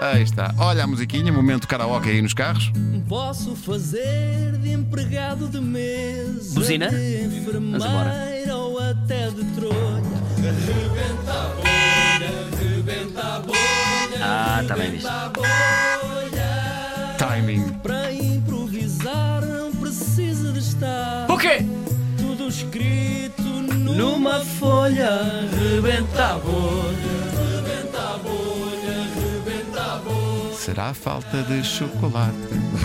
Aí está. Olha a musiquinha, momento karaoke aí nos carros. Posso fazer de empregado de mesa, Buzina? de enfermeira ou até de trolha. Rebenta a bolha, rebenta a bolha. Ah, está bem visto. Timing. Para improvisar não precisa de estar O quê? tudo escrito numa folha. Rebenta a bolha, rebenta a bolha, rebenta a bolha. Será a falta de chocolate?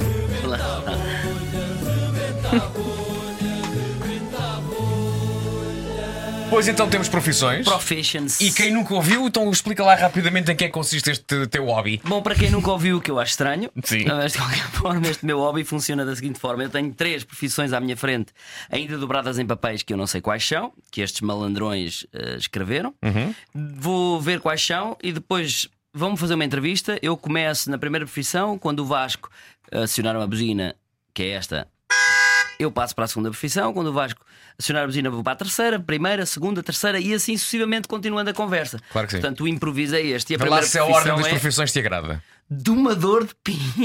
Pois então temos profissões. Professions. E quem nunca ouviu, então explica lá rapidamente em que é que consiste este teu hobby. Bom, para quem nunca ouviu, o que eu acho estranho, Sim. mas de qualquer forma, este meu hobby funciona da seguinte forma: eu tenho 3 profissões à minha frente, ainda dobradas em papéis que eu não sei quais são, que estes malandrões escreveram. Vou ver quais são e depois vão-me fazer uma entrevista. Eu começo na primeira profissão, quando o Vasco acionar uma buzina, que é esta. Eu passo para a segunda profissão. Quando o Vasco acionar a buzina, vou para a terceira, primeira, segunda, terceira e assim sucessivamente, continuando a conversa. Claro que sim. Portanto, o improviso é este. E a Vê lá primeira se a ordem profissão das é profissões te agrada. domador de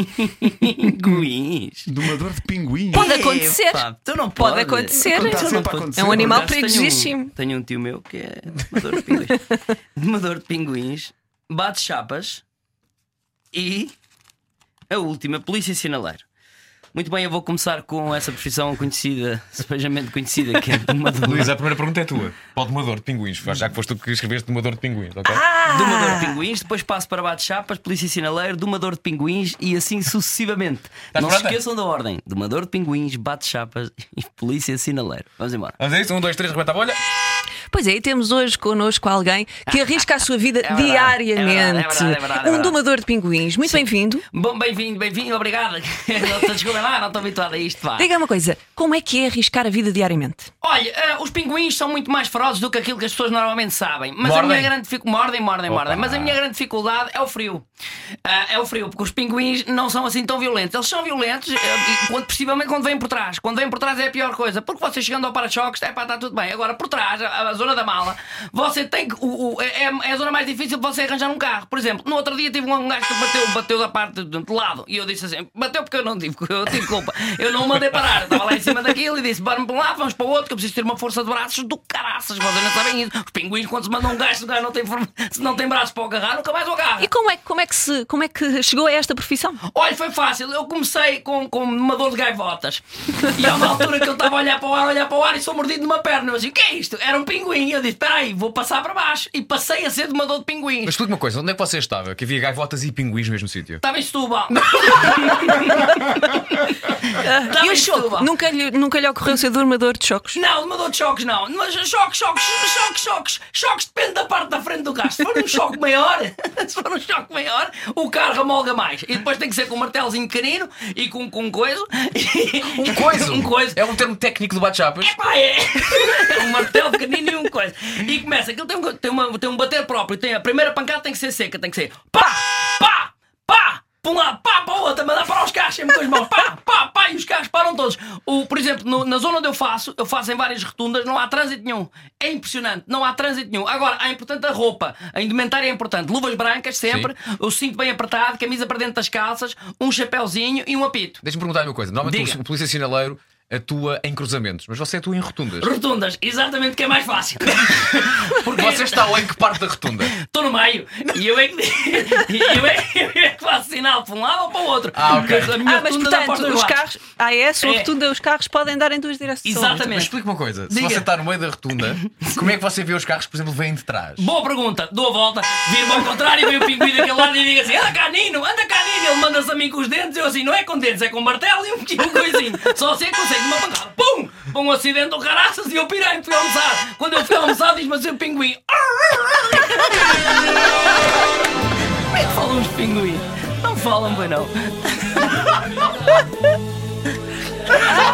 pinguins. Domador de pinguins. Pode acontecer. Epá, tu não Pode pode acontecer. Está Tu não sempre a pode- acontecer. É um animal Por acaso, perigosíssimo. Tenho um tio meu que é domador de pinguins. Domador de pinguins, bate chapas e a última, polícia sinaleiro. Muito bem, eu vou começar com essa profissão conhecida, especialmente conhecida, que é domador. Luís, a primeira pergunta é tua. Para o domador de pinguins. Já que foste tu que escreveste domador de pinguins, ok? Domador de pinguins, depois passo para bate-chapas, polícia sinaleiro, domador de pinguins e assim sucessivamente. Não se pronta? esqueçam da ordem: domador de pinguins, bate-chapas e polícia sinaleiro. Vamos embora. Vamos a isso? 1, 2, 3, rebenta a bolha. Pois é, e temos hoje connosco alguém que arrisca a sua vida verdade, diariamente. é verdade. Um domador de pinguins. Muito bem-vindo. Bom, bem-vindo, obrigado. Desculpem lá, não estou habituado a isto. Vá. Diga uma coisa, como é que é arriscar a vida diariamente? Olha, os pinguins são muito mais ferozes do que aquilo que as pessoas normalmente sabem. Mas Mordem? a minha grande dificuldade. Mordem. Opa. Mas a minha grande dificuldade é o frio. É o frio, porque os pinguins não são assim tão violentos. Eles são violentos, possivelmente quando vêm por trás. Quando vêm por trás é a pior coisa. Porque você chegando ao para-choques, está tudo bem. Agora, por trás, a zona da mala, você tem que. É a zona mais difícil de você arranjar um carro. Por exemplo, no outro dia tive um gajo que bateu da parte de lado. E eu disse assim: bateu porque eu tive culpa. Eu não o mandei parar. Eu estava lá em cima daquilo e disse: vamos para lá, vamos para o outro, que eu preciso ter uma força de braços do caraças. Vocês não sabem isso. Os pinguins, quando se mandam um gajo, se o gajo não tem braços para o agarrar, nunca mais o agarra. E como é que chegou a esta profissão? Olha, foi fácil. Eu comecei com uma dor de gaivotas. E há uma altura que eu estava a olhar para o ar e sou mordido numa perna. Eu disse: o que é isto? Era um pinguim. Eu disse: espera aí, vou passar para baixo. E passei a ser domador de pinguins. Mas explica uma coisa, onde é que você estava? Que havia gaivotas e pinguins no mesmo sítio? Estava em Setúbal. E o choque? Nunca lhe ocorreu ser domador de choques? Não, domador de choques não. Mas choques depende da parte da frente do carro. Se for um choque maior, o carro amolga mais. E depois tem que ser com um martelozinho pequenino e com coisa. Um coiso? Um coiso. É um termo técnico do bate-chapas. Epá, é um martelo pequenino e um coisa. E começa, aquilo tem um bater próprio. Tem a primeira pancada tem que ser seca, tem que ser pá, pá, pá. Para um lado, pá, para o outro, mandar para os carros sempre com as mãos, pá, pá, pá, e os carros param todos. Por exemplo, na zona onde eu faço em várias rotundas, não há trânsito nenhum. É impressionante, não há trânsito nenhum. Agora, é importante a roupa, a indumentária é importante. Luvas brancas sempre, o cinto bem apertado, camisa para dentro das calças, um chapéuzinho e um apito. Deixa-me perguntar uma coisa. Normalmente Diga. o polícia sinaleiro atua em cruzamentos, mas você atua em rotundas. Rotundas, exatamente, que é mais fácil. Porque você está lá em que parte da rotunda? Estou no meio e eu é que faço sinal para um lado ou para o outro. Ah, ok. Porque a minha Mas rotunda dá para os portanto, dois os lados. carros, é a sua É. rotunda, os carros podem dar em duas direções. Exatamente. Mas explica uma coisa. Se Diga. você está no meio da rotunda, como é que você vê os carros que, por exemplo, vêm de trás? Boa pergunta, dou a volta, viro-me ao contrário, vem o pinguim daquele lado e digo assim: anda cá, Nino. Ele manda-se a mim com os dentes, eu assim: não é com dentes, é com martelo e um coisinho. Só assim é que consegue, uma pancada, pum! Um acidente do caraças e eu pirei, fui almoçar. Quando eu fui almoçar, diz-me assim o pinguim: como é que falam os pinguins? Não falam bem não.